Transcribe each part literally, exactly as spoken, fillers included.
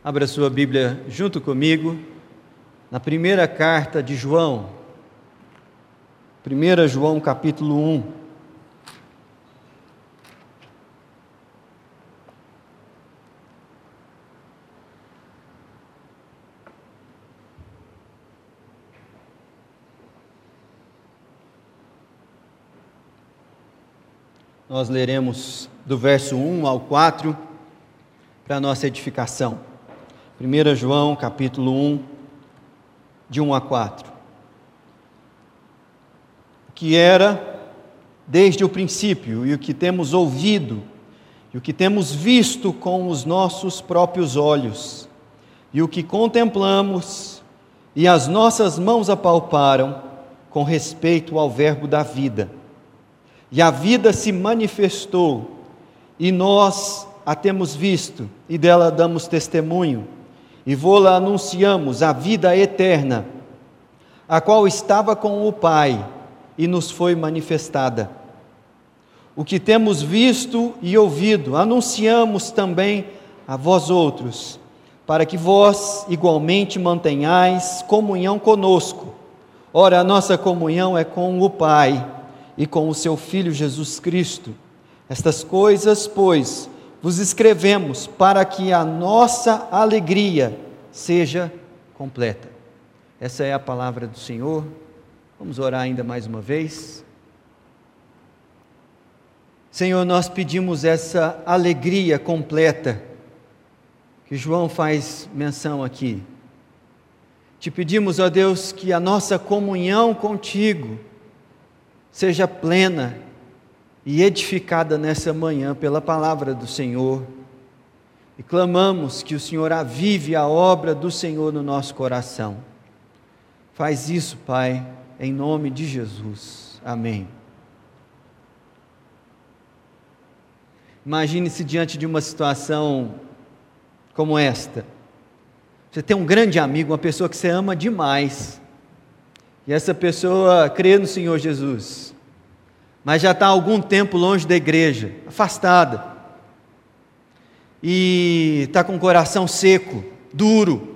Abra sua Bíblia junto comigo, na primeira carta de João, primeira João capítulo um. Nós leremos do verso um ao quatro para a nossa edificação. primeira João, capítulo um, de um a quatro. O que era desde o princípio, e o que temos ouvido, e o que temos visto com os nossos próprios olhos, e o que contemplamos, e as nossas mãos apalparam, com respeito ao Verbo da vida. E a vida se manifestou, e nós a temos visto, e dela damos testemunho, e vô-la anunciamos, a vida eterna, a qual estava com o Pai, e nos foi manifestada. O que temos visto e ouvido, anunciamos também a vós outros, para que vós igualmente mantenhais comunhão conosco. Ora, a nossa comunhão é com o Pai e com o seu Filho Jesus Cristo. Estas coisas, pois, vos escrevemos para que a nossa alegria seja completa. Essa é a palavra do Senhor. Vamos orar ainda mais uma vez. Senhor, nós pedimos essa alegria completa que João faz menção aqui. Te pedimos, ó Deus, que a nossa comunhão contigo seja plena e edificada nessa manhã pela palavra do Senhor, e clamamos que o Senhor avive a obra do Senhor no nosso coração. Faz isso, Pai, em nome de Jesus. Amém. Imagine-se diante de uma situação como esta. Você tem um grande amigo, uma pessoa que você ama demais, e essa pessoa crê no Senhor Jesus, mas já está há algum tempo longe da igreja, afastada, e está com o coração seco, duro,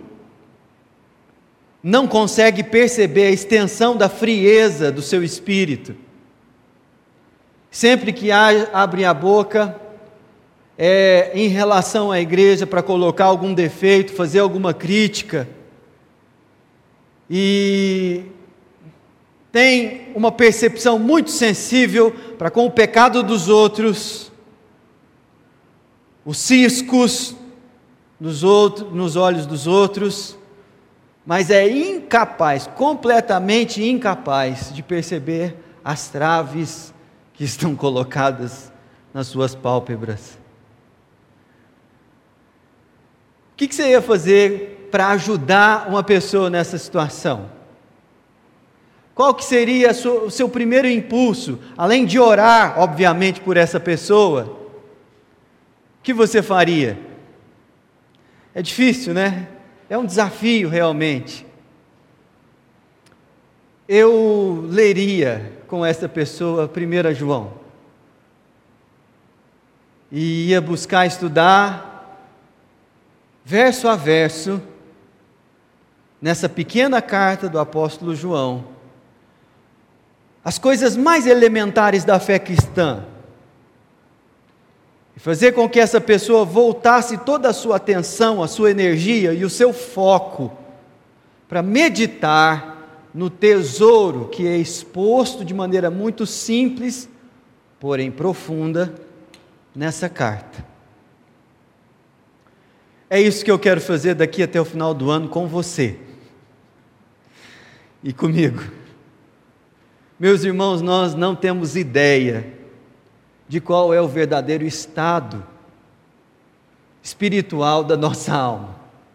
não consegue perceber a extensão da frieza do seu espírito. Sempre que abre a boca, é em relação à igreja para colocar algum defeito, fazer alguma crítica, e tem uma percepção muito sensível para com o pecado dos outros, os ciscos nos, outros, nos olhos dos outros, mas é incapaz, completamente incapaz de perceber as traves que estão colocadas nas suas pálpebras. O que você ia fazer para ajudar uma pessoa nessa situação? Qual que seria o seu primeiro impulso, além de orar, obviamente, por essa pessoa? O que você faria? É difícil, né? É um desafio realmente. Eu leria com essa pessoa primeira João, e ia buscar estudar, verso a verso, nessa pequena carta do apóstolo João, as coisas mais elementares da fé cristã, e fazer com que essa pessoa voltasse toda a sua atenção, a sua energia e o seu foco para meditar no tesouro que é exposto de maneira muito simples, porém profunda, nessa carta. É isso que eu quero fazer daqui até o final do ano com você e comigo. Meus irmãos, nós não temos ideia de qual é o verdadeiro estado espiritual da nossa alma.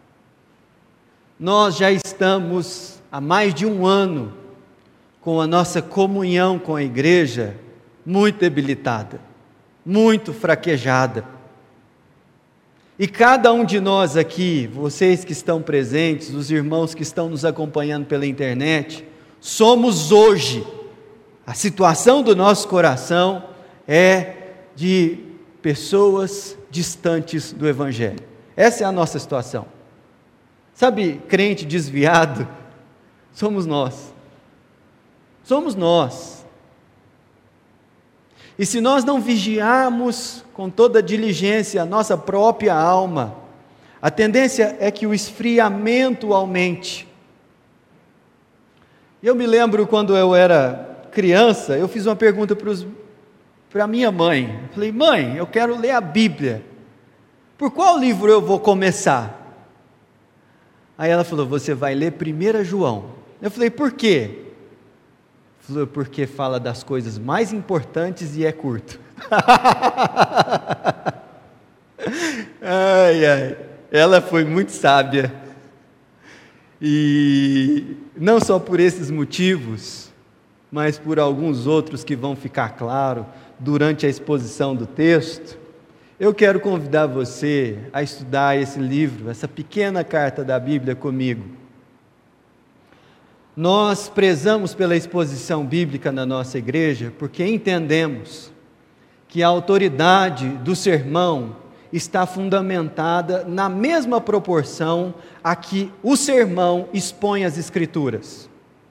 Nós já estamos há mais de um ano com a nossa comunhão com a igreja muito debilitada, muito fraquejada. E cada um de nós aqui, vocês que estão presentes, os irmãos que estão nos acompanhando pela internet, somos hoje, a situação do nosso coração é de pessoas distantes do Evangelho. Essa é a nossa situação. Sabe, crente desviado, somos nós. Somos nós. E se nós não vigiarmos com toda diligência a nossa própria alma, a tendência é que o esfriamento aumente. Eu me lembro quando eu era criança, eu fiz uma pergunta para minha mãe. Eu falei, mãe, eu quero ler a Bíblia. Por qual livro eu vou começar? Aí ela falou, você vai ler primeiro João. Eu falei, por quê? Ela falou, porque fala das coisas mais importantes e é curto. Ai, ai. Ela foi muito sábia. E não só por esses motivos, mas por alguns outros que vão ficar claros durante a exposição do texto, eu quero convidar você a estudar esse livro, essa pequena carta da Bíblia comigo. Nós prezamos pela exposição bíblica na nossa igreja porque entendemos que a autoridade do sermão está fundamentada na mesma proporção a que o sermão expõe as Escrituras.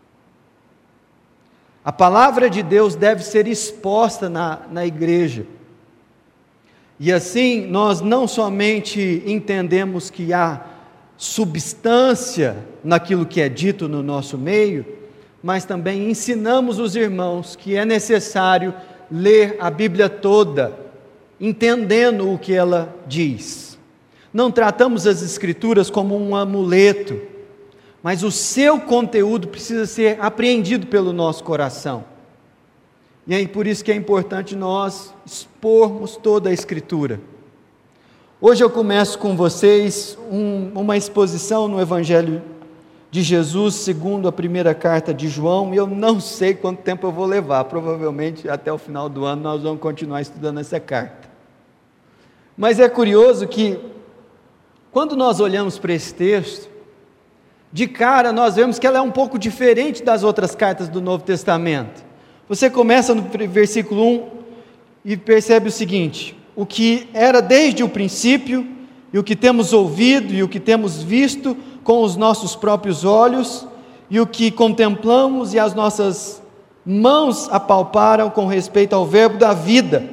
A palavra de Deus deve ser exposta na, na igreja. E assim, nós não somente entendemos que há substância naquilo que é dito no nosso meio, mas também ensinamos os irmãos que é necessário ler a Bíblia toda, entendendo o que ela diz. Não tratamos as Escrituras como um amuleto, mas o seu conteúdo precisa ser apreendido pelo nosso coração. E é por isso que é importante nós expormos toda a Escritura. Hoje eu começo com vocês um, uma exposição no Evangelho de Jesus, segundo a primeira carta de João, e eu não sei quanto tempo eu vou levar, provavelmente até o final do ano nós vamos continuar estudando essa carta. Mas é curioso que, quando nós olhamos para esse texto, de cara nós vemos que ela é um pouco diferente das outras cartas do Novo Testamento. Você começa no versículo um e percebe o seguinte: o que era desde o princípio, e o que temos ouvido, e o que temos visto com os nossos próprios olhos, e o que contemplamos e as nossas mãos apalparam com respeito ao verbo da vida.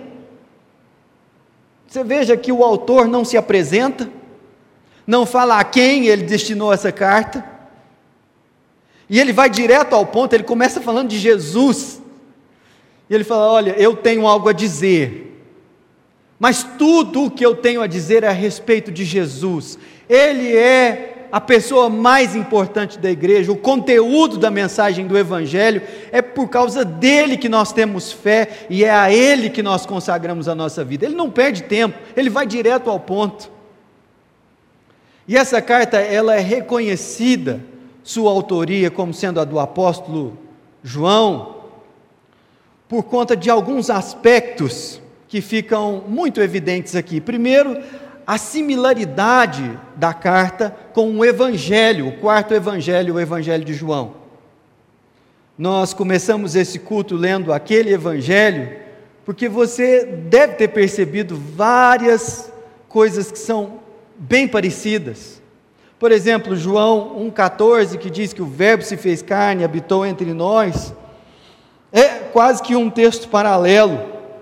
Você veja que o autor não se apresenta, não fala a quem ele destinou essa carta, e ele vai direto ao ponto. Ele começa falando de Jesus, e ele fala, olha, eu tenho algo a dizer, mas tudo o que eu tenho a dizer é a respeito de Jesus. Ele é a pessoa mais importante da igreja, o conteúdo da mensagem do Evangelho, é por causa dele que nós temos fé, e é a ele que nós consagramos a nossa vida. Ele não perde tempo, ele vai direto ao ponto. E essa carta, ela é reconhecida, sua autoria como sendo a do apóstolo João, por conta de alguns aspectos que ficam muito evidentes aqui. Primeiro, a similaridade da carta com o Evangelho, o quarto Evangelho, o Evangelho de João. Nós começamos esse culto lendo aquele Evangelho, porque você deve ter percebido várias coisas que são bem parecidas. Por exemplo, João um, catorze, que diz que o verbo se fez carne e habitou entre nós, é quase que um texto paralelo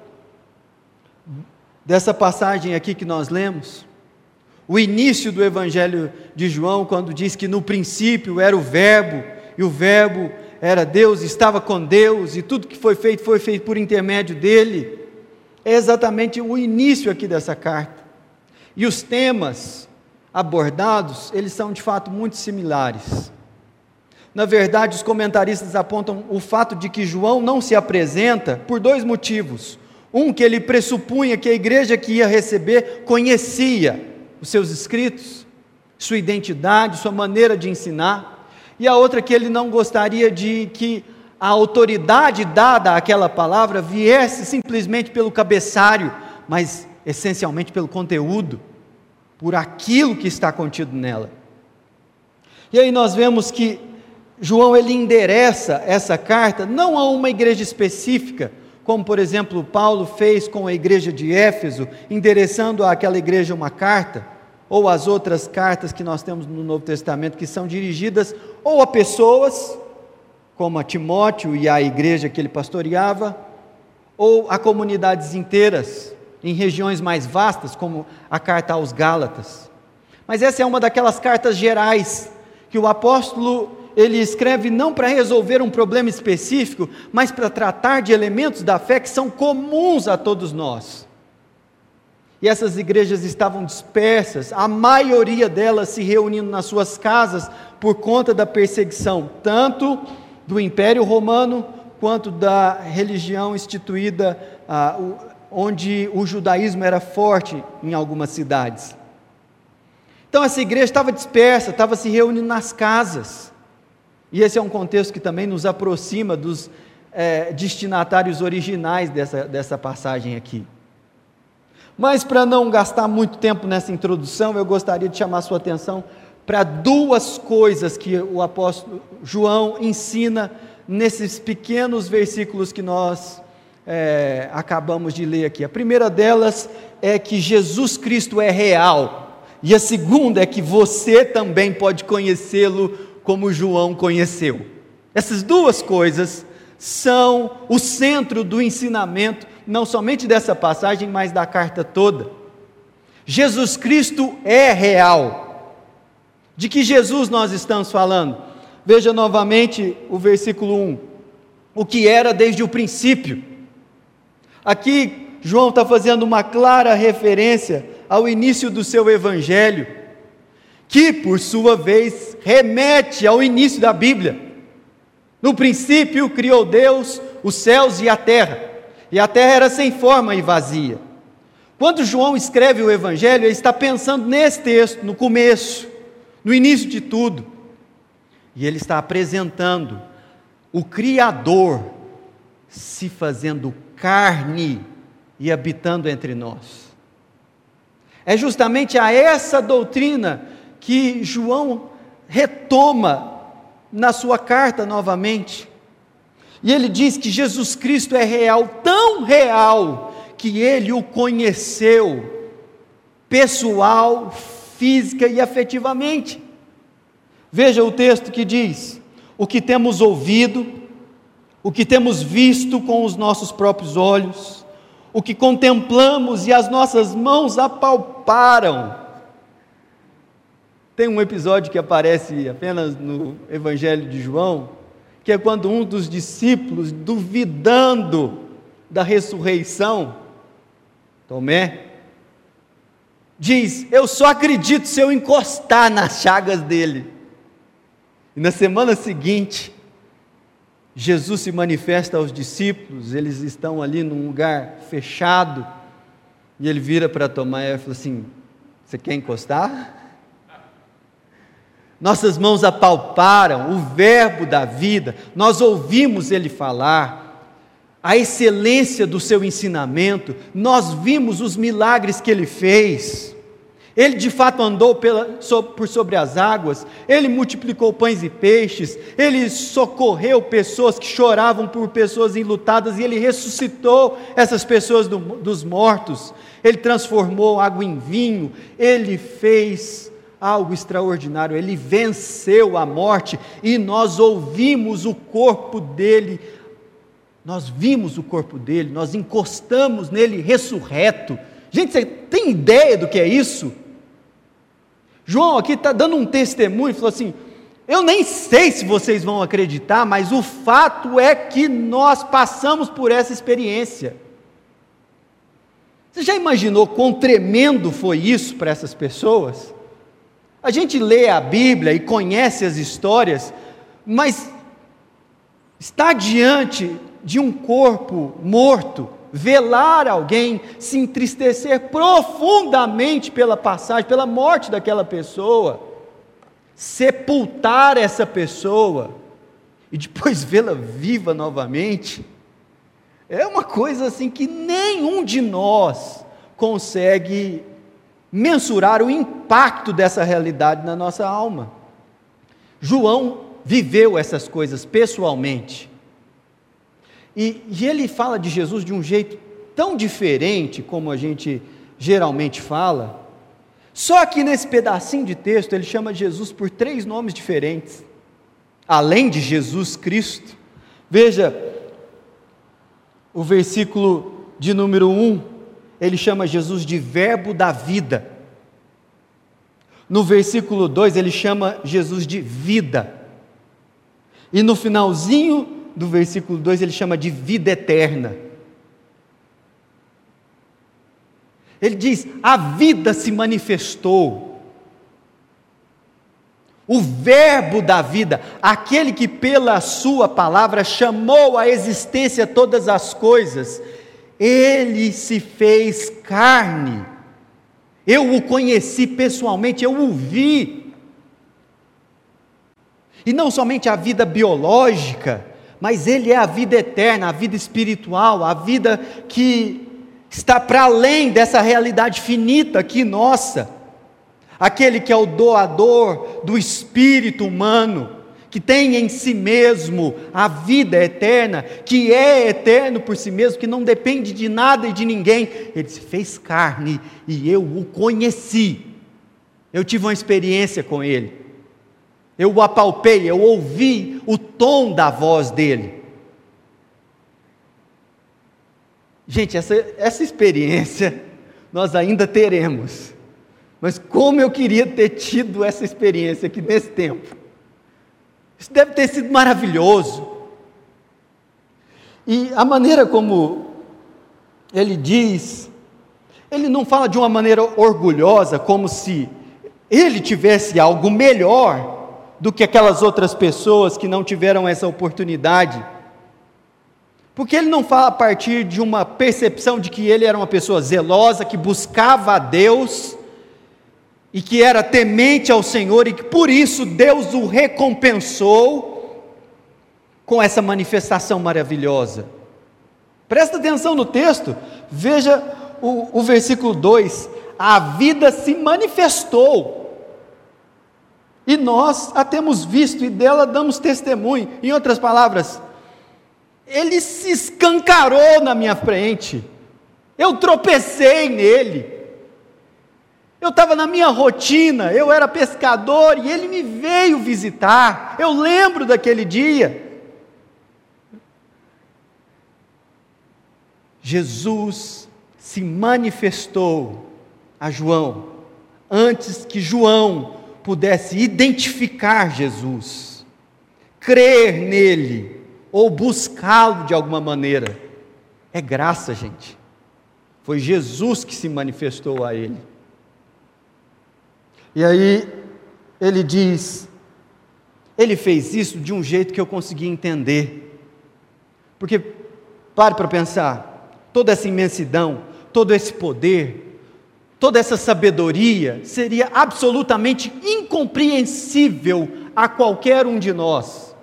dessa passagem aqui que nós lemos. O início do Evangelho de João, quando diz que no princípio era o verbo, e o verbo era Deus, estava com Deus, e tudo que foi feito, foi feito por intermédio dele, é exatamente o início aqui dessa carta. E os temas abordados, eles são de fato muito similares. Na verdade, os comentaristas apontam o fato de que João não se apresenta por dois motivos. Um, que ele pressupunha que a igreja que ia receber conhecia os seus escritos, sua identidade, sua maneira de ensinar. E a outra, que ele não gostaria de que a autoridade dada àquela palavra viesse simplesmente pelo cabeçalho, mas essencialmente pelo conteúdo, por aquilo que está contido nela. E aí nós vemos que João, ele endereça essa carta não a uma igreja específica, como por exemplo Paulo fez com a igreja de Éfeso, endereçando àquela igreja uma carta, ou as outras cartas que nós temos no Novo Testamento, que são dirigidas ou a pessoas, como a Timóteo e a igreja que ele pastoreava, ou a comunidades inteiras, em regiões mais vastas, como a carta aos Gálatas. Mas essa é uma daquelas cartas gerais, que o apóstolo, ele escreve não para resolver um problema específico, mas para tratar de elementos da fé que são comuns a todos nós. E essas igrejas estavam dispersas, a maioria delas se reunindo nas suas casas por conta da perseguição, tanto do Império Romano, quanto da religião instituída, ah, onde o judaísmo era forte em algumas cidades. Então essa igreja estava dispersa, estava se reunindo nas casas, e esse é um contexto que também nos aproxima dos é, destinatários originais dessa, dessa passagem aqui. Mas para não gastar muito tempo nessa introdução, eu gostaria de chamar a sua atenção para duas coisas que o apóstolo João ensina nesses pequenos versículos que nós é, acabamos de ler aqui. A primeira delas é que Jesus Cristo é real, e a segunda é que você também pode conhecê-lo como João conheceu. Essas duas coisas são o centro do ensinamento, não somente dessa passagem, mas da carta toda. Jesus Cristo é real. De que Jesus nós estamos falando? Veja novamente o versículo um. O que era desde o princípio. Aqui João está fazendo uma clara referência ao início do seu evangelho, que por sua vez remete ao início da Bíblia. No princípio criou Deus os céus e a terra, e a terra era sem forma e vazia. Quando João escreve o evangelho, ele está pensando nesse texto, no começo, no início de tudo, e ele está apresentando o Criador se fazendo carne e habitando entre nós. É justamente a essa doutrina que João retoma na sua carta novamente, e ele diz que Jesus Cristo é real, tão real, que ele o conheceu, pessoal, física e afetivamente. Veja o texto que diz: o que temos ouvido, o que temos visto com os nossos próprios olhos, o que contemplamos e as nossas mãos apalparam. Tem um episódio que aparece apenas no Evangelho de João, que é quando um dos discípulos, duvidando da ressurreição, Tomé, diz: eu só acredito se eu encostar nas chagas dele. E na semana seguinte, Jesus se manifesta aos discípulos, eles estão ali num lugar fechado, e ele vira para Tomé e fala assim: você quer encostar? Nossas mãos apalparam o verbo da vida, nós ouvimos ele falar, a excelência do seu ensinamento, nós vimos os milagres que ele fez. Ele de fato andou pela, por sobre as águas, ele multiplicou pães e peixes, ele socorreu pessoas que choravam por pessoas enlutadas, e ele ressuscitou essas pessoas do, dos mortos, ele transformou água em vinho, ele fez algo extraordinário, ele venceu a morte, e nós ouvimos o corpo dele, nós vimos o corpo dele, nós encostamos nele ressurreto. Gente, você tem ideia do que é isso? João aqui está dando um testemunho, falou assim: eu nem sei se vocês vão acreditar, mas o fato é que nós passamos por essa experiência. Você já imaginou quão tremendo foi isso para essas pessoas? A gente lê a Bíblia e conhece as histórias, mas está diante de um corpo morto, velar alguém, se entristecer profundamente pela passagem, pela morte daquela pessoa, sepultar essa pessoa e depois vê-la viva novamente, é uma coisa assim que nenhum de nós consegue mensurar o impacto dessa realidade na nossa alma. João viveu essas coisas pessoalmente, e, e ele fala de Jesus de um jeito tão diferente como a gente geralmente fala, Só que nesse pedacinho de texto ele chama Jesus por três nomes diferentes, além de Jesus Cristo. Veja, o versículo de número um, ele chama Jesus de Verbo da vida. No versículo dois, ele chama Jesus de vida. E no finalzinho do versículo dois, ele chama de vida eterna. Ele diz: a vida se manifestou. O verbo da vida, aquele que pela sua palavra chamou à existência todas as coisas, ele se fez carne. Eu o conheci pessoalmente, eu o vi. E não somente a vida biológica, mas ele é a vida eterna, a vida espiritual, a vida que está para além dessa realidade finita aqui nossa. Aquele que é o doador do espírito humano, que tem em si mesmo a vida eterna, que é eterno por si mesmo, que não depende de nada e de ninguém. Ele se fez carne e eu o conheci. Eu tive uma experiência com ele. Eu o apalpei, eu ouvi o tom da voz dele. Gente, essa, essa experiência nós ainda teremos, mas como eu queria ter tido essa experiência aqui nesse tempo. Isso deve ter sido maravilhoso. E a maneira como ele diz, ele não fala de uma maneira orgulhosa, como se ele tivesse algo melhor do que aquelas outras pessoas que não tiveram essa oportunidade. Porque ele não fala a partir de uma percepção de que ele era uma pessoa zelosa, que buscava a Deus, e que era temente ao Senhor, e que por isso Deus o recompensou com essa manifestação maravilhosa. Presta atenção no texto, veja o, o versículo dois, a vida se manifestou, e nós a temos visto, e dela damos testemunho. Em outras palavras, ele se escancarou na minha frente, eu tropecei nele, eu estava na minha rotina, eu era pescador, e ele me veio visitar. Eu lembro daquele dia. Jesus se manifestou a João, antes que João pudesse identificar Jesus, crer nele, ou buscá-lo de alguma maneira. É graça, gente. Foi Jesus que se manifestou a ele. E aí ele diz, ele fez isso de um jeito que eu consegui entender. Porque, pare para pensar, toda essa imensidão, todo esse poder, toda essa sabedoria seria absolutamente incompreensível a qualquer um de nós.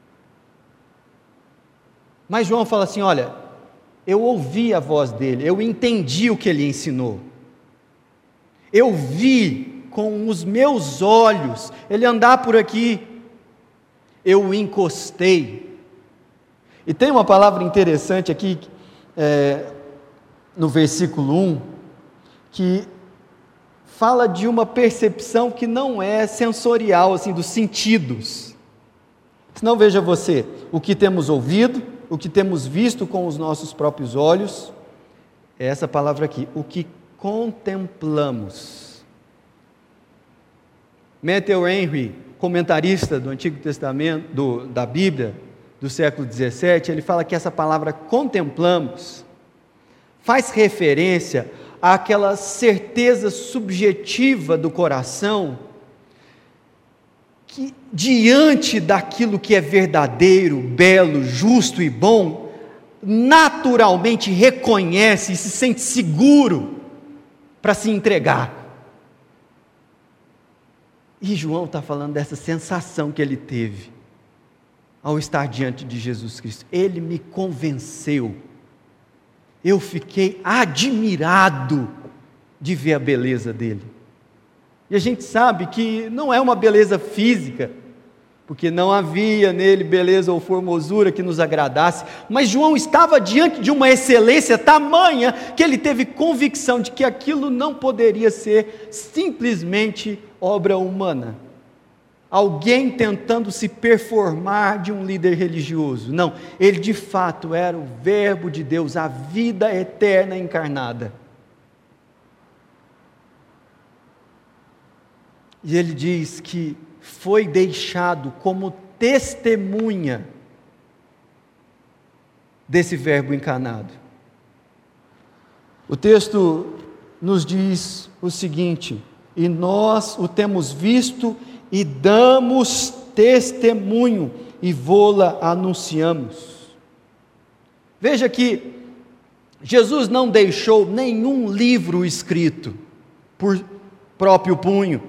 Mas João fala assim: olha, eu ouvi a voz dele, eu entendi o que ele ensinou, eu vi com os meus olhos ele andar por aqui, eu o encostei. E tem uma palavra interessante aqui, é, no versículo um, que fala de uma percepção que não é sensorial, assim, dos sentidos. Senão, veja você, o que temos ouvido, o que temos visto com os nossos próprios olhos, é essa palavra aqui, o que contemplamos. Matthew Henry, comentarista do Antigo Testamento, do, da Bíblia, do século dezessete, ele fala que essa palavra contemplamos faz referência àquela certeza subjetiva do coração, que diante daquilo que é verdadeiro, belo, justo e bom, naturalmente reconhece e se sente seguro para se entregar. E João está falando dessa sensação que ele teve ao estar diante de Jesus Cristo. Ele me convenceu, eu fiquei admirado de ver a beleza dele. E a gente sabe que não é uma beleza física, porque não havia nele beleza ou formosura que nos agradasse, mas João estava diante de uma excelência tamanha que ele teve convicção de que aquilo não poderia ser simplesmente obra humana, alguém tentando se performar de um líder religioso. Não, ele de fato era o Verbo de Deus, a vida eterna encarnada. E ele diz que foi deixado como testemunha desse Verbo encarnado. O texto nos diz o seguinte: e nós o temos visto e damos testemunho e vô-la anunciamos. Veja que Jesus não deixou nenhum livro escrito por próprio punho.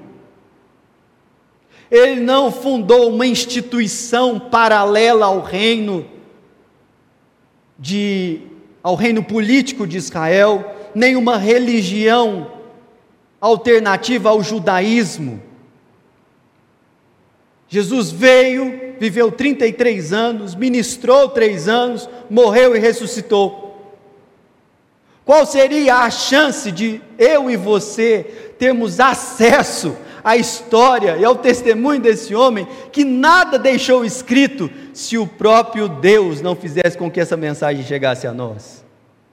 Ele não fundou uma instituição paralela ao reino de, ao reino político de Israel, nem uma religião alternativa ao judaísmo. Jesus veio, viveu trinta e três anos, ministrou três anos, morreu e ressuscitou. Qual seria a chance de eu e você termos acesso à história e ao testemunho desse homem, que nada deixou escrito, se o próprio Deus não fizesse com que essa mensagem chegasse a nós?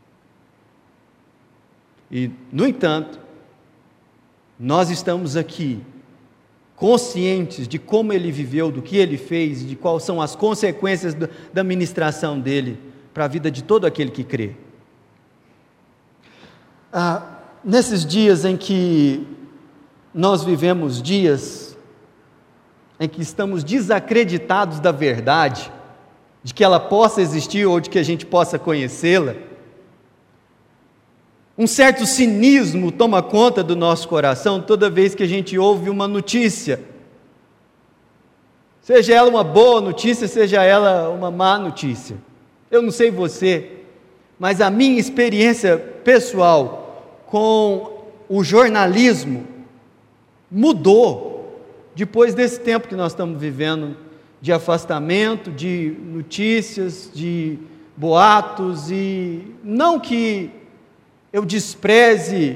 E, no entanto, nós estamos aqui, conscientes de como ele viveu, do que ele fez, de quais são as consequências da ministração dele para a vida de todo aquele que crê. Ah, nesses dias em que nós vivemos, dias em que estamos desacreditados da verdade, de que ela possa existir ou de que a gente possa conhecê-la, um certo cinismo toma conta do nosso coração toda vez que a gente ouve uma notícia, seja ela uma boa notícia, seja ela uma má notícia. Eu não sei você, mas a minha experiência pessoal com o jornalismo mudou depois desse tempo que nós estamos vivendo, de afastamento, de notícias, de boatos, e não que eu despreze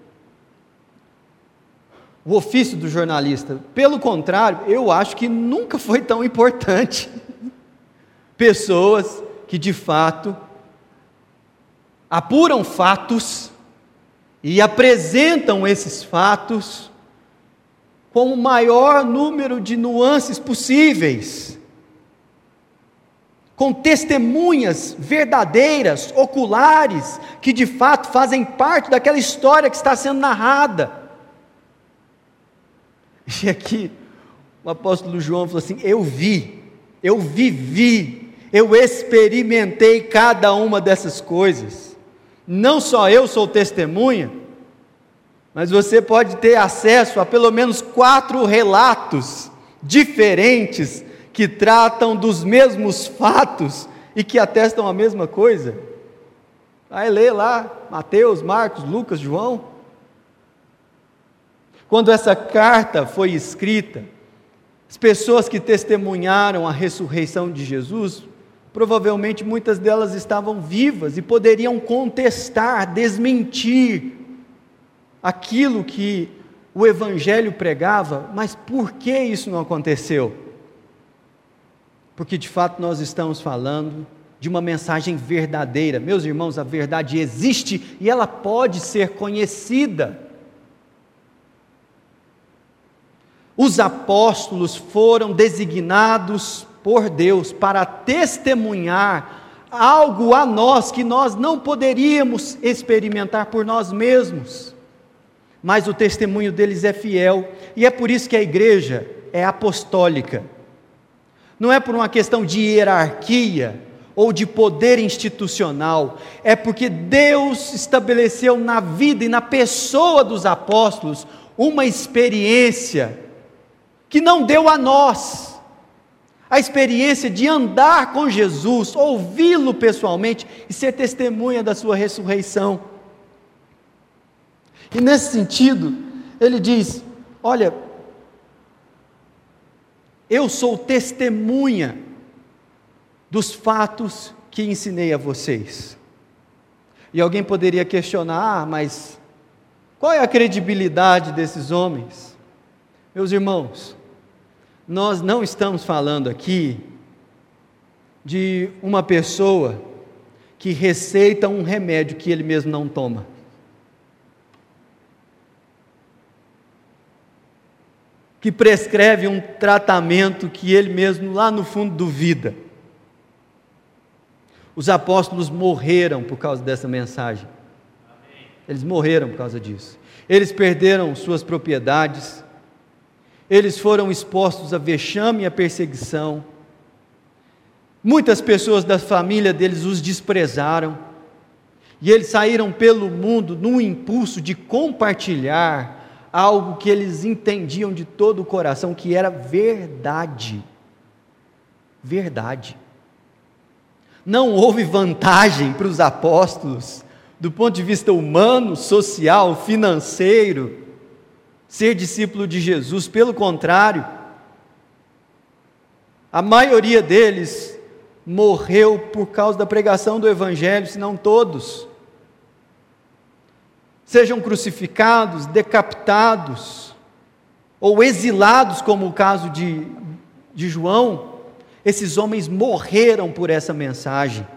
o ofício do jornalista, pelo contrário, eu acho que nunca foi tão importante pessoas que de fato apuram fatos e apresentam esses fatos com o maior número de nuances possíveis, com testemunhas verdadeiras, oculares, que de fato fazem parte daquela história que está sendo narrada. E aqui o apóstolo João falou assim: eu vi, eu vivi, eu experimentei cada uma dessas coisas. Não só eu sou testemunha, mas você pode ter acesso a pelo menos quatro relatos diferentes que tratam dos mesmos fatos e que atestam a mesma coisa. Aí lê lá Mateus, Marcos, Lucas, João. Quando essa carta foi escrita, as pessoas que testemunharam a ressurreição de Jesus, provavelmente muitas delas estavam vivas e poderiam contestar, desmentir aquilo que o Evangelho pregava. Mas por que isso não aconteceu? Porque de fato nós estamos falando de uma mensagem verdadeira. Meus irmãos, a verdade existe e ela pode ser conhecida. Os apóstolos foram designados por Deus para testemunhar algo a nós que nós não poderíamos experimentar por nós mesmos. Mas o testemunho deles é fiel, e é por isso que a igreja é apostólica. Não é por uma questão de hierarquia ou de poder institucional, é porque Deus estabeleceu na vida e na pessoa dos apóstolos uma experiência que não deu a nós, a experiência de andar com Jesus, ouvi-lo pessoalmente e ser testemunha da sua ressurreição. E nesse sentido, ele diz: olha, eu sou testemunha dos fatos que ensinei a vocês. E alguém poderia questionar, ah, mas qual é a credibilidade desses homens? Meus irmãos, nós não estamos falando aqui de uma pessoa que receita um remédio que ele mesmo não toma. Que prescreve um tratamento que ele mesmo lá no fundo duvida. Os apóstolos morreram por causa dessa mensagem. Eles morreram por causa disso. Eles perderam suas propriedades. Eles foram expostos a vexame e a perseguição. Muitas pessoas da família deles os desprezaram. E eles saíram pelo mundo num impulso de compartilhar algo que eles entendiam de todo o coração, que era verdade. Verdade. Não houve vantagem para os apóstolos, do ponto de vista humano, social, financeiro, ser discípulo de Jesus. Pelo contrário, a maioria deles morreu por causa da pregação do Evangelho, se não todos. Sejam crucificados, decapitados, ou exilados, como o caso de, de João, esses homens morreram por essa mensagem.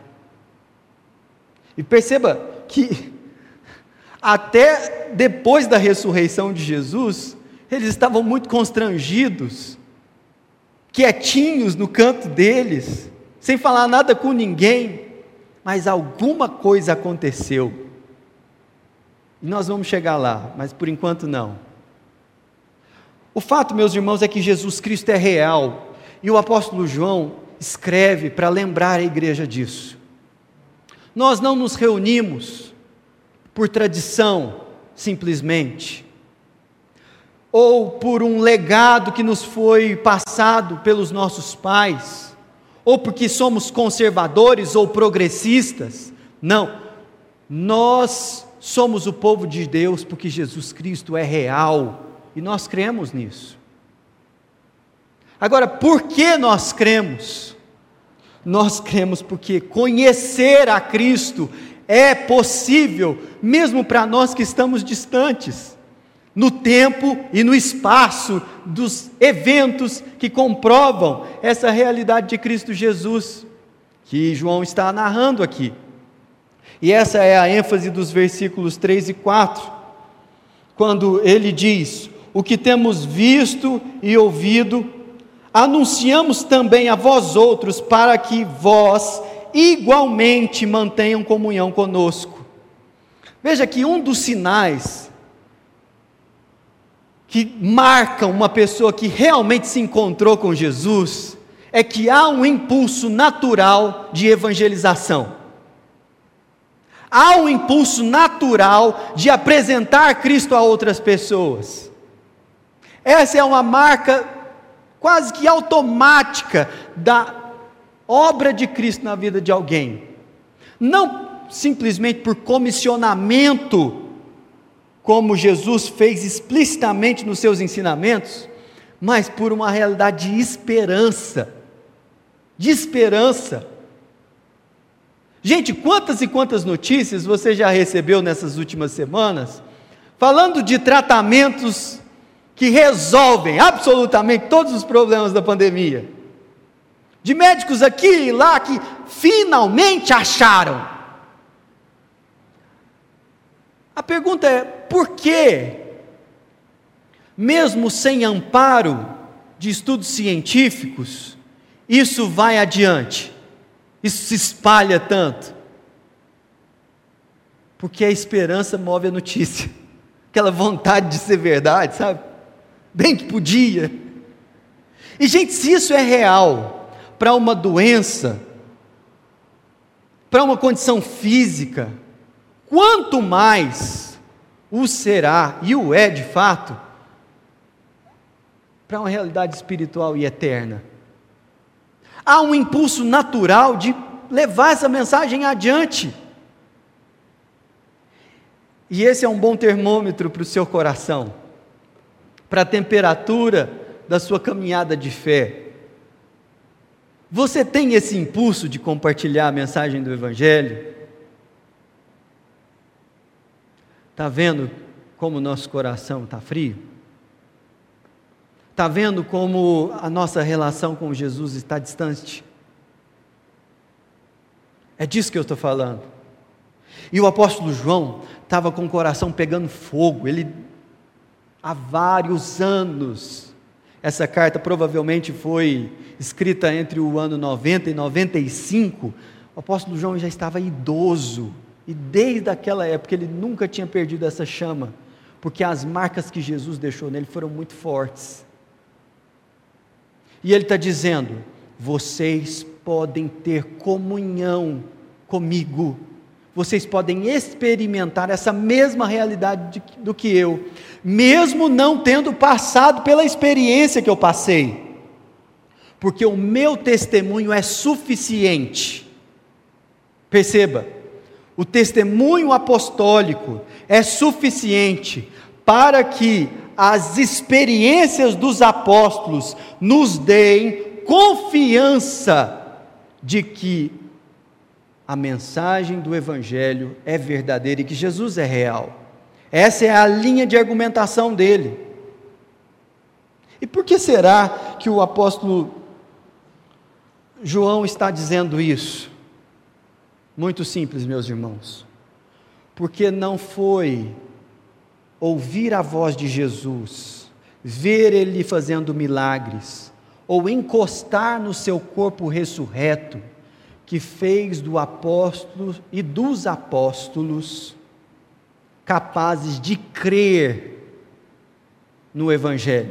E perceba que, até depois da ressurreição de Jesus, eles estavam muito constrangidos, quietinhos no canto deles, sem falar nada com ninguém, mas alguma coisa aconteceu. E nós vamos chegar lá, mas por enquanto não. O fato, meus irmãos, é que Jesus Cristo é real, e o apóstolo João escreve para lembrar a igreja disso. Nós não nos reunimos por tradição, simplesmente, ou por um legado que nos foi passado pelos nossos pais, ou porque somos conservadores ou progressistas. Não, nós somos o povo de Deus porque Jesus Cristo é real, e nós cremos nisso. Agora, por que nós cremos? Nós cremos porque conhecer a Cristo é possível, mesmo para nós que estamos distantes, no tempo e no espaço dos eventos que comprovam essa realidade de Cristo Jesus, que João está narrando aqui. E essa é a ênfase dos versículos três e quatro, quando ele diz: o que temos visto e ouvido, anunciamos também a vós outros, para que vós igualmente mantenham comunhão conosco. Veja que um dos sinais que marcam uma pessoa que realmente se encontrou com Jesus, é que há um impulso natural de evangelização. Há um impulso natural de apresentar Cristo a outras pessoas. Essa é uma marca quase que automática da obra de Cristo na vida de alguém. Não simplesmente por comissionamento, como Jesus fez explicitamente nos seus ensinamentos, mas por uma realidade de esperança. De esperança. Gente, quantas e quantas notícias você já recebeu nessas últimas semanas, falando de tratamentos que resolvem absolutamente todos os problemas da pandemia, de médicos aqui e lá que finalmente acharam. A pergunta é: por que, mesmo sem amparo de estudos científicos, isso vai adiante? Isso se espalha tanto? Porque a esperança move a notícia, aquela vontade de ser verdade, sabe? Bem que podia. E gente, se isso é real para uma doença, para uma condição física, quanto mais o será, e o é de fato, para uma realidade espiritual e eterna. Há um impulso natural de levar essa mensagem adiante. E esse é um bom termômetro para o seu coração, para a temperatura da sua caminhada de fé? Você tem esse impulso de compartilhar a mensagem do Evangelho? Está vendo como o nosso coração está frio? Está vendo como a nossa relação com Jesus está distante? É disso que eu estou falando. E o apóstolo João estava com o coração pegando fogo. Ele, há vários anos, essa carta provavelmente foi escrita entre o ano noventa e noventa e cinco, o apóstolo João já estava idoso, e desde aquela época ele nunca tinha perdido essa chama, porque as marcas que Jesus deixou nele foram muito fortes. E ele está dizendo: vocês podem ter comunhão comigo, vocês podem experimentar essa mesma realidade de, do que eu, mesmo não tendo passado pela experiência que eu passei, porque o meu testemunho é suficiente. Perceba, o testemunho apostólico é suficiente para que as experiências dos apóstolos nos deem confiança de que a mensagem do Evangelho é verdadeira e que Jesus é real. Essa é a linha de argumentação dele. E por que será que o apóstolo João está dizendo isso? Muito simples, meus irmãos. Porque não foi ouvir a voz de Jesus, ver Ele fazendo milagres, ou encostar no seu corpo ressurreto, que fez do apóstolo e dos apóstolos capazes de crer no Evangelho.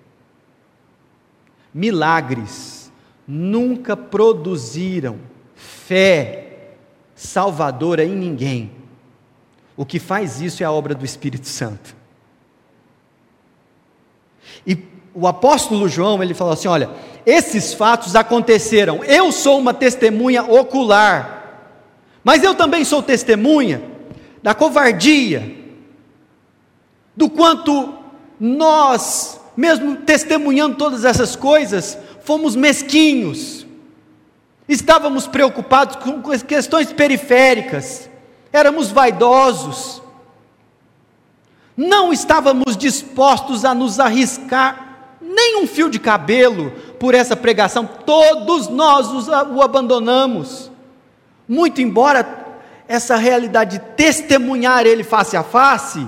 Milagres nunca produziram fé salvadora em ninguém. O que faz isso é a obra do Espírito Santo. E o apóstolo João, ele falou assim: olha, esses fatos aconteceram, eu sou uma testemunha ocular, mas eu também sou testemunha da covardia, do quanto nós, mesmo testemunhando todas essas coisas, fomos mesquinhos, estávamos preocupados com questões periféricas, éramos vaidosos, não estávamos dispostos a nos arriscar nem um fio de cabelo por essa pregação. Todos nós o abandonamos, muito embora essa realidade de testemunhar Ele face a face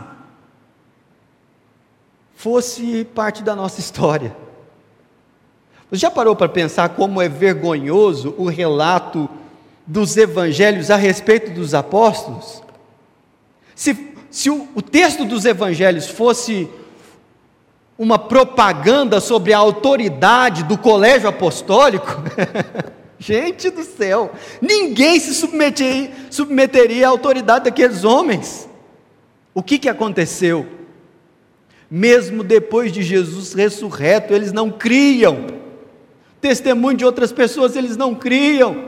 fosse parte da nossa história. Você já parou para pensar como é vergonhoso o relato dos evangelhos a respeito dos apóstolos? Se, se o, o texto dos evangelhos fosse uma propaganda sobre a autoridade do colégio apostólico, gente do céu, ninguém se submeteria, submeteria à autoridade daqueles homens. O que, que aconteceu? Mesmo depois de Jesus ressurreto, eles não criam. Testemunho de outras pessoas, eles não criam.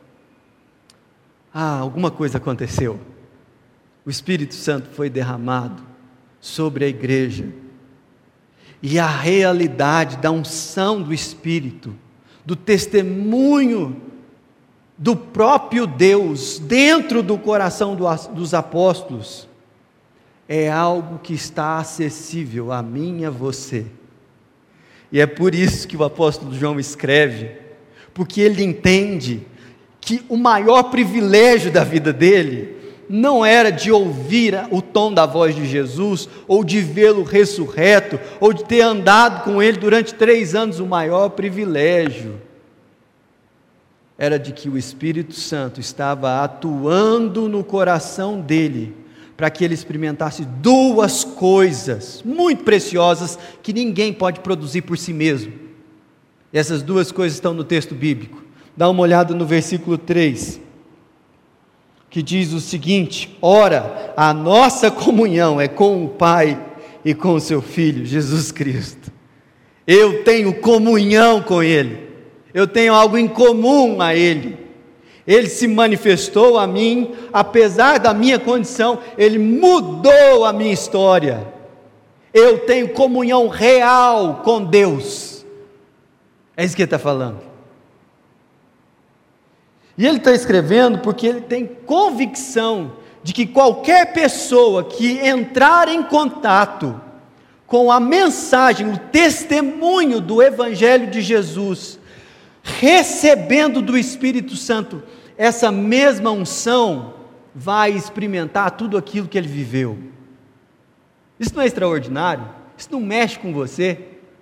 Ah, alguma coisa aconteceu. O Espírito Santo foi derramado sobre a igreja, e a realidade da unção do Espírito, do testemunho do próprio Deus dentro do coração dos apóstolos, é algo que está acessível a mim e a você. E é por isso que o apóstolo João escreve, porque ele entende que o maior privilégio da vida dele não era de ouvir o tom da voz de Jesus, ou de vê-lo ressurreto, ou de ter andado com ele durante três anos. O maior privilégio era de que o Espírito Santo estava atuando no coração dele, para que ele experimentasse duas coisas muito preciosas, que ninguém pode produzir por si mesmo. E essas duas coisas estão no texto bíblico. Dá uma olhada no versículo três, que diz o seguinte: ora, a nossa comunhão é com o Pai e com o seu Filho, Jesus Cristo. Eu tenho comunhão com Ele, eu tenho algo em comum a Ele. Ele se manifestou a mim, apesar da minha condição, Ele mudou a minha história. eu tenho comunhão real com Deus. É isso que ele está falando. E ele está escrevendo porque ele tem convicção de que qualquer pessoa que entrar em contato com a mensagem, o testemunho do Evangelho de Jesus, recebendo do Espírito Santo essa mesma unção, vai experimentar tudo aquilo que ele viveu. Isso não é extraordinário? Isso não mexe com você?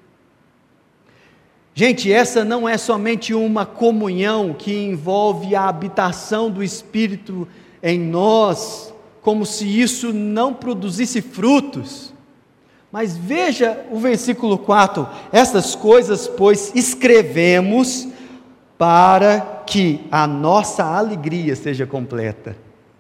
Gente, essa não é somente uma comunhão que envolve a habitação do Espírito em nós, como se isso não produzisse frutos. Mas veja o versículo quatro: essas coisas, pois, escrevemos para que a nossa alegria seja completa.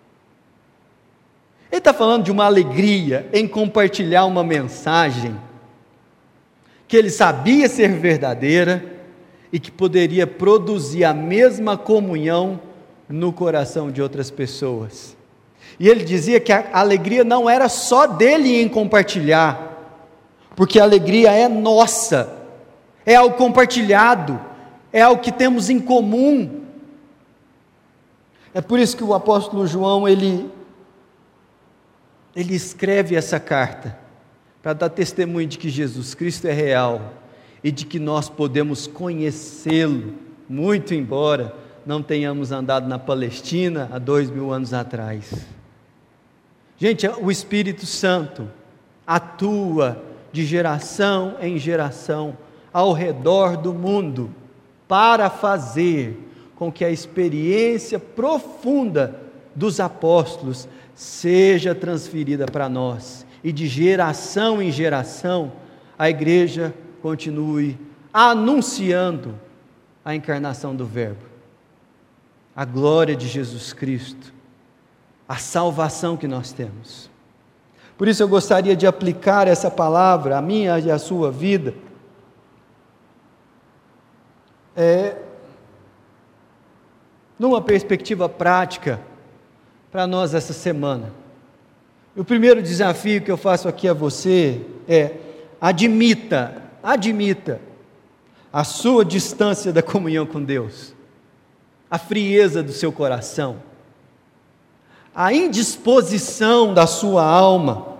Ele está falando de uma alegria em compartilhar uma mensagem que ele sabia ser verdadeira e que poderia produzir a mesma comunhão no coração de outras pessoas. E ele dizia que a alegria não era só dele em compartilhar, porque a alegria é nossa, é algo compartilhado, é algo que temos em comum. É por isso que o apóstolo João, ele, ele escreve essa carta, para dar testemunho de que Jesus Cristo é real, e de que nós podemos conhecê-lo, muito embora não tenhamos andado na Palestina há dois mil anos atrás. Gente, o Espírito Santo atua de geração em geração, ao redor do mundo, para fazer com que a experiência profunda dos apóstolos seja transferida para nós, e de geração em geração, a igreja continue anunciando a encarnação do Verbo, a glória de Jesus Cristo, a salvação que nós temos. Por isso eu gostaria de aplicar essa palavra, a minha e a sua vida, é, numa perspectiva prática, para nós essa semana. O primeiro desafio que eu faço aqui a você é: admita, admita a sua distância da comunhão com Deus, a frieza do seu coração, a indisposição da sua alma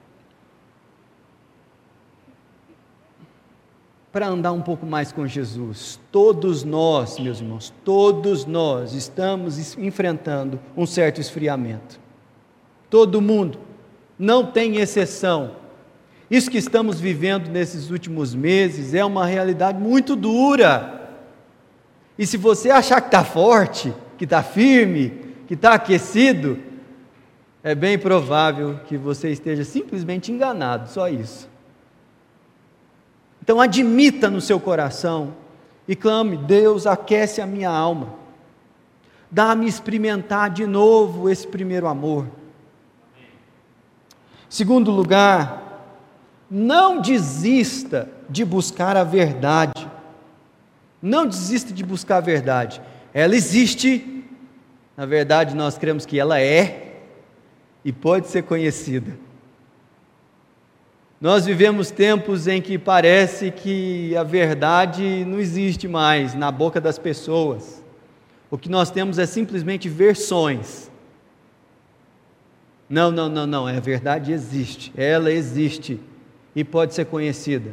para andar um pouco mais com Jesus. Todos nós, meus irmãos, todos nós estamos enfrentando um certo esfriamento. Todo mundo, não tem exceção. Isso que estamos vivendo nesses últimos meses é uma realidade muito dura. E se você achar que está forte, que está firme, que está aquecido, é bem provável que você esteja simplesmente enganado, só isso. Então admita no seu coração e clame: Deus, aquece a minha alma, dá-me experimentar de novo esse primeiro amor. Segundo lugar, não desista de buscar a verdade. Não desista de buscar a verdade. Ela existe, na verdade nós cremos que ela é e pode ser conhecida. Nós vivemos tempos em que parece que a verdade não existe mais na boca das pessoas. O que nós temos é simplesmente versões. Não, não, não, não, a verdade existe, ela existe e pode ser conhecida.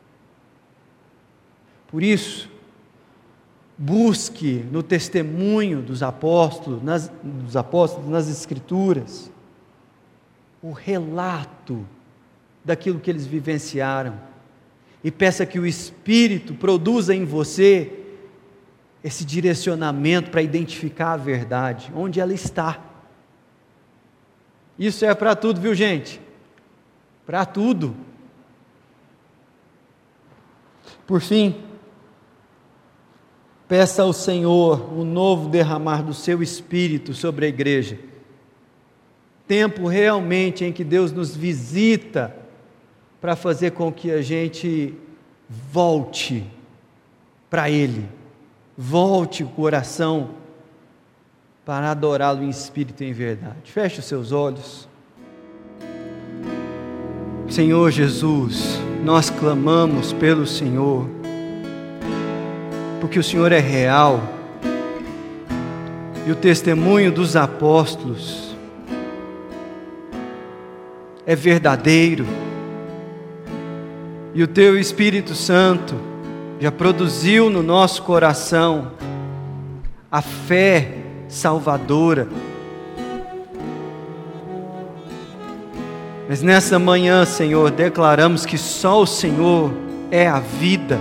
Por isso, busque no testemunho dos apóstolos, nas, dos apóstolos, nas Escrituras, o relato daquilo que eles vivenciaram, e peça que o Espírito produza em você esse direcionamento para identificar a verdade, onde ela está. Isso é para tudo, viu, gente? Para tudo. Por fim, peça ao Senhor o novo derramar do seu Espírito sobre a igreja. Tempo realmente em que Deus nos visita para fazer com que a gente volte para Ele, volte o coração para adorá-lo em espírito e em verdade. Feche os seus olhos. Senhor Jesus, nós clamamos pelo Senhor, porque o Senhor é real, e o testemunho dos apóstolos é verdadeiro, e o Teu Espírito Santo já produziu no nosso coração a fé salvadora. Mas nessa manhã, Senhor, declaramos que só o Senhor é a vida,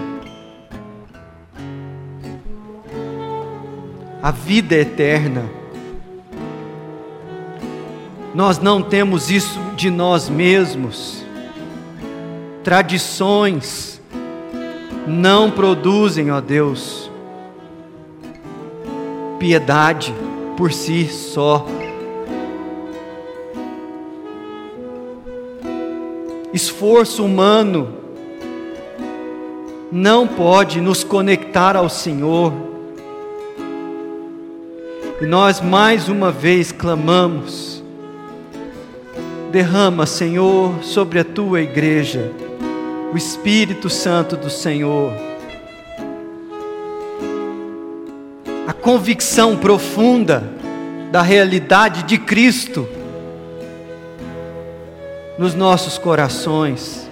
a vida eterna. Nós não temos isso de nós mesmos. Tradições não produzem, ó Deus, piedade por si só. Esforço humano não pode nos conectar ao Senhor. E nós mais uma vez clamamos: derrama, Senhor, sobre a Tua igreja o Espírito Santo do Senhor, a convicção profunda da realidade de Cristo nos nossos corações.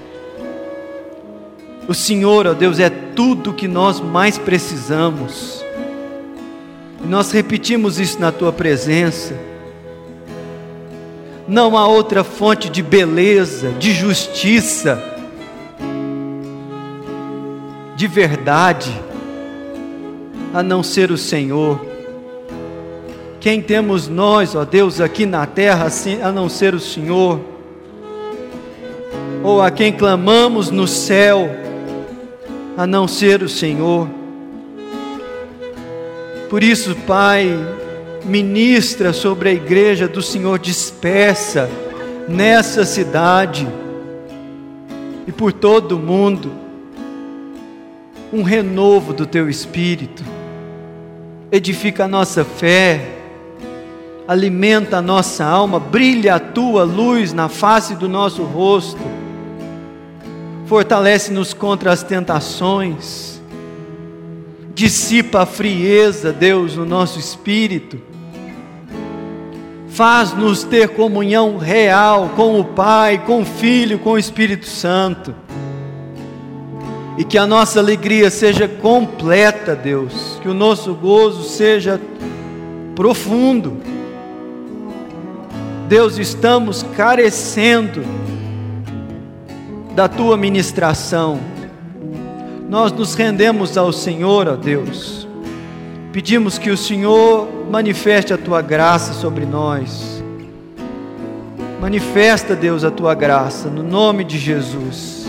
O Senhor, ó Deus, é tudo que nós mais precisamos, e nós repetimos isso na Tua presença. Não há outra fonte de beleza, de justiça, de verdade, a não ser o Senhor. Quem temos nós, ó Deus, aqui na terra, a não ser o Senhor? Ou a quem clamamos no céu, a não ser o Senhor? Por isso, Pai, ministra sobre a igreja do Senhor dispersa nessa cidade e por todo o mundo, um renovo do Teu Espírito. Edifica a nossa fé, alimenta a nossa alma, brilha a Tua luz na face do nosso rosto, fortalece-nos contra as tentações, dissipa a frieza, Deus, no nosso espírito, faz-nos ter comunhão real com o Pai, com o Filho, com o Espírito Santo, e que a nossa alegria seja completa, Deus, que o nosso gozo seja profundo. Deus, estamos carecendo da Tua ministração. Nós nos rendemos ao Senhor, ó Deus. Pedimos que o Senhor manifeste a Tua graça sobre nós. Manifesta, Deus, a Tua graça, no nome de Jesus.